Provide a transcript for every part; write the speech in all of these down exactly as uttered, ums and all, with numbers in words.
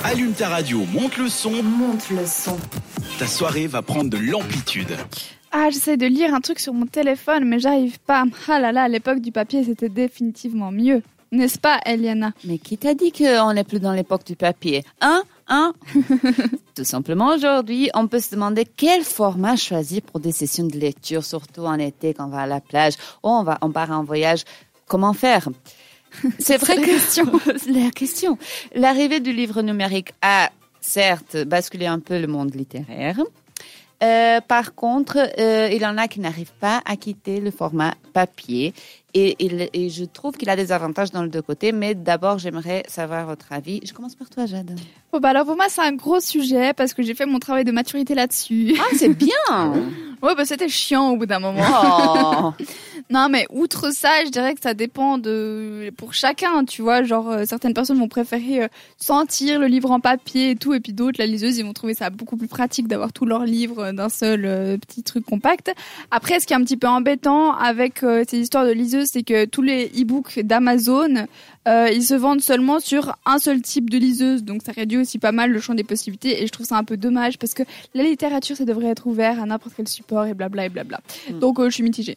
Allume ta radio, monte le son. Monte le son. Ta soirée va prendre de l'amplitude. Ah, j'essaie de lire un truc sur mon téléphone, mais j'arrive pas. Ah là là, à l'époque du papier, c'était définitivement mieux. N'est-ce pas, Eliana? Mais qui t'a dit qu'on n'est plus dans l'époque du papier? Hein? Hein? Tout simplement, aujourd'hui, on peut se demander quel format choisir pour des sessions de lecture, surtout en été quand on va à la plage ou on, va, on part en voyage. Comment faire? C'est vrai que question. La question. L'arrivée du livre numérique a, certes, basculé un peu le monde littéraire. Euh, par contre, euh, il y en a qui n'arrivent pas à quitter le format papier. Et, et, et je trouve qu'il a des avantages dans le deux côtés. Mais d'abord, j'aimerais savoir votre avis. Je commence par toi, Jade. Bon, bah alors pour moi, c'est un gros sujet parce que j'ai fait mon travail de maturité là-dessus. Ah, c'est bien. Ouais, bah c'était chiant au bout d'un moment. Oh. Non, mais outre ça, je dirais que ça dépend de pour chacun, tu vois. Genre, euh, certaines personnes vont préférer euh, sentir le livre en papier et tout, et puis d'autres, la liseuse, ils vont trouver ça beaucoup plus pratique d'avoir tous leurs livres d'un seul euh, petit truc compact. Après, ce qui est un petit peu embêtant avec euh, ces histoires de liseuse, c'est que tous les e-books d'Amazon, euh, ils se vendent seulement sur un seul type de liseuse, donc ça réduit aussi pas mal le champ des possibilités, et je trouve ça un peu dommage parce que la littérature, ça devrait être ouvert à n'importe quel support et blabla et blabla. Mm. Donc, euh, je suis mitigée.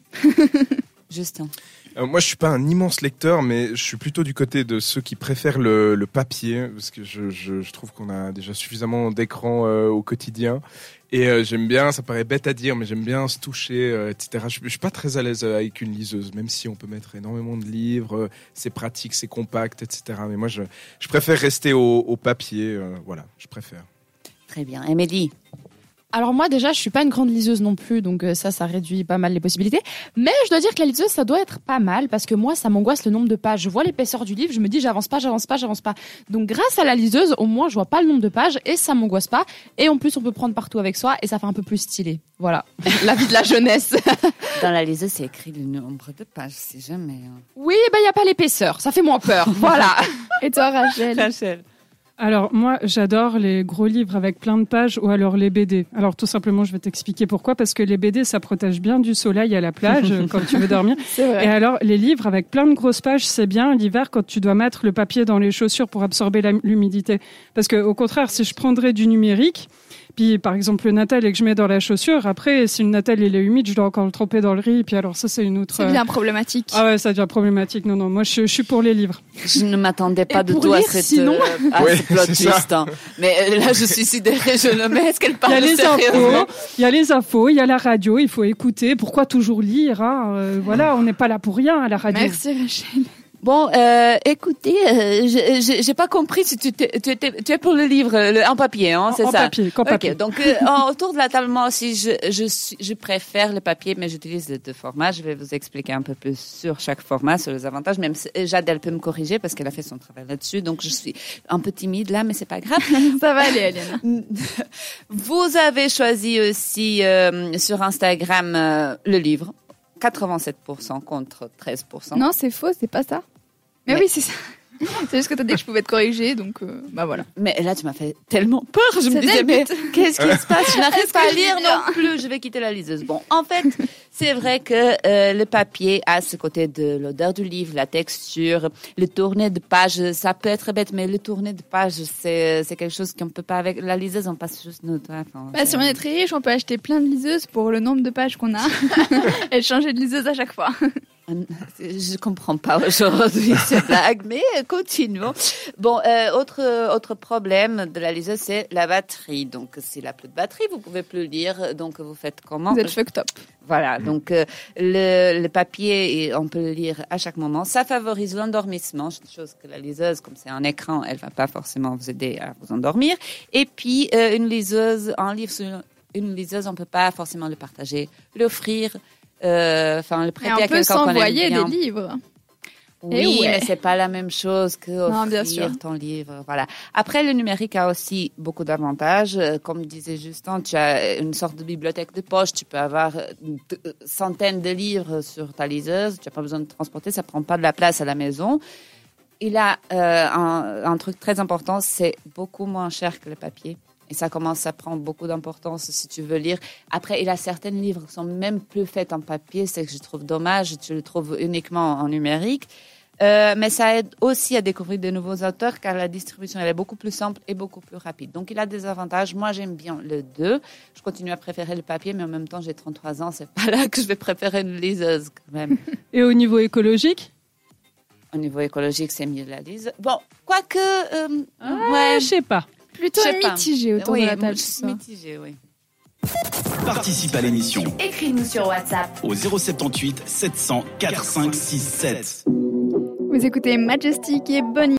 Justin. Euh, moi, je suis pas un immense lecteur, mais je suis plutôt du côté de ceux qui préfèrent le, le papier, parce que je, je, je trouve qu'on a déjà suffisamment d'écrans euh, au quotidien. Et euh, j'aime bien, ça paraît bête à dire, mais j'aime bien se toucher, euh, et cetera. Je, je suis pas très à l'aise avec une liseuse, même si on peut mettre énormément de livres, euh, c'est pratique, c'est compact, et cetera. Mais moi, je, je préfère rester au, au papier. Euh, voilà, je préfère. Très bien. Émilie. Alors moi déjà je suis pas une grande liseuse non plus, donc ça ça réduit pas mal les possibilités, mais je dois dire que la liseuse ça doit être pas mal parce que moi ça m'angoisse le nombre de pages. Je vois l'épaisseur du livre, je me dis j'avance pas, j'avance pas, j'avance pas. Donc grâce à la liseuse au moins je vois pas le nombre de pages et ça m'angoisse pas, et en plus on peut prendre partout avec soi et ça fait un peu plus stylé. Voilà, la vie de la jeunesse. Dans la liseuse c'est écrit le nombre de pages, si jamais. Oui, ben il y a pas l'épaisseur, ça fait moins peur. Voilà. Et toi Rachel? Rachel. Alors moi j'adore les gros livres avec plein de pages ou alors les B D. Alors tout simplement je vais t'expliquer pourquoi, parce que les B D ça protège bien du soleil à la plage quand tu veux dormir. C'est vrai. Et alors les livres avec plein de grosses pages c'est bien l'hiver quand tu dois mettre le papier dans les chaussures pour absorber la, l'humidité. Parce que au contraire si je prendrais du numérique, puis par exemple le Natal et que je mets dans la chaussure, après si le Natal il est humide je dois encore le tremper dans le riz, puis alors ça c'est une autre... C'est bien problématique. Ah ouais ça devient problématique. Non non moi je, je suis pour les livres. Je ne m'attendais pas et de pour tout lire, à cette... sinon... Euh, à ouais, ce plot twist, hein. Mais euh, là je suis sidérée, je le mets. Est-ce qu'elle Il y parle a les sérieusement? infos, il y a les infos, il y a la radio, il faut écouter. Pourquoi toujours lire hein euh, Voilà, on n'est pas là pour rien à la radio. Merci Rachel. Bon, euh, écoutez, euh, je, je, j'ai pas compris si tu, t'es, tu, étais, tu es pour le livre le, en papier, hein, c'est en ça? Papier, en papier. Ok, donc euh, en, autour de la table, moi aussi, je, je, suis, je préfère le papier, mais j'utilise les deux formats. Je vais vous expliquer un peu plus sur chaque format, sur les avantages. Même si Jade, elle peut me corriger parce qu'elle a fait son travail là-dessus, donc je suis un peu timide là, mais c'est pas grave. Ça va aller, Eliana. Vous avez choisi aussi euh, sur Instagram euh, le livre. quatre-vingt-sept pour cent contre treize pour cent. Non, c'est faux, c'est pas ça. Mais, mais... oui, c'est ça. C'est juste que t'as dit que je pouvais te corriger, donc euh, bah voilà. Mais là, tu m'as fait tellement peur. Je me C'était disais, mais but. qu'est-ce qui se passe? Je n'arrive Est-ce pas que à je lire vais non bien plus. Je vais quitter la liseuse. Bon, en fait, c'est vrai que euh, le papier a ce côté de l'odeur du livre, la texture, le tourner de page. Ça peut être bête, mais le tourner de page, c'est c'est quelque chose qu'on peut pas avec la liseuse. On passe juste nos doigts. Enfin, bah, si on est très riche, on peut acheter plein de liseuses pour le nombre de pages qu'on a et changer de liseuse à chaque fois. Je comprends pas aujourd'hui ces blagues, mais continuons. Bon, euh, autre autre problème de la liseuse, c'est la batterie. Donc, s'il n'y a plus de batterie, vous pouvez plus lire. Donc, vous faites comment? Vous êtes fucked up. Voilà. Donc, euh, le, le papier, on peut le lire à chaque moment. Ça favorise l'endormissement, chose que la liseuse, comme c'est un écran, elle va pas forcément vous aider à vous endormir. Et puis, euh, une liseuse, un livre sur une liseuse, on peut pas forcément le partager, l'offrir. Enfin, euh, le prêter à quelqu'un qu'on aime bien. Et on peut s'envoyer des livres. Oui, ouais. mais c'est pas la même chose que offrir non, bien sûr. ton livre. Voilà. Après, le numérique a aussi beaucoup d'avantages. Comme disait Justin, tu as une sorte de bibliothèque de poche. Tu peux avoir de, centaines de livres sur ta liseuse. Tu n'as pas besoin de transporter. Ça prend pas de la place à la maison. Il a euh, un, un truc très important, c'est beaucoup moins cher que le papier. Et ça commence à prendre beaucoup d'importance si tu veux lire. Après, il y a certains livres qui sont même plus faits en papier. C'est que je trouve dommage. Tu le trouves uniquement en numérique. Euh, mais ça aide aussi à découvrir de nouveaux auteurs car la distribution elle est beaucoup plus simple et beaucoup plus rapide. Donc il a des avantages. Moi j'aime bien le deux. Je continue à préférer le papier, mais en même temps j'ai trente-trois ans, c'est pas là que je vais préférer une liseuse quand même. Et au niveau écologique? Au niveau écologique, c'est mieux la lise. Bon, quoique, euh, Ah, ouais, je sais pas. Plutôt je sais pas. mitigé autour oui, de la table. tout ça. mitigé, oui. Participe à l'émission Écris-nous sur WhatsApp. au zéro soixante-dix-huit sept cents quatre cinq six sept. Vous écoutez Majestic et Bonnie.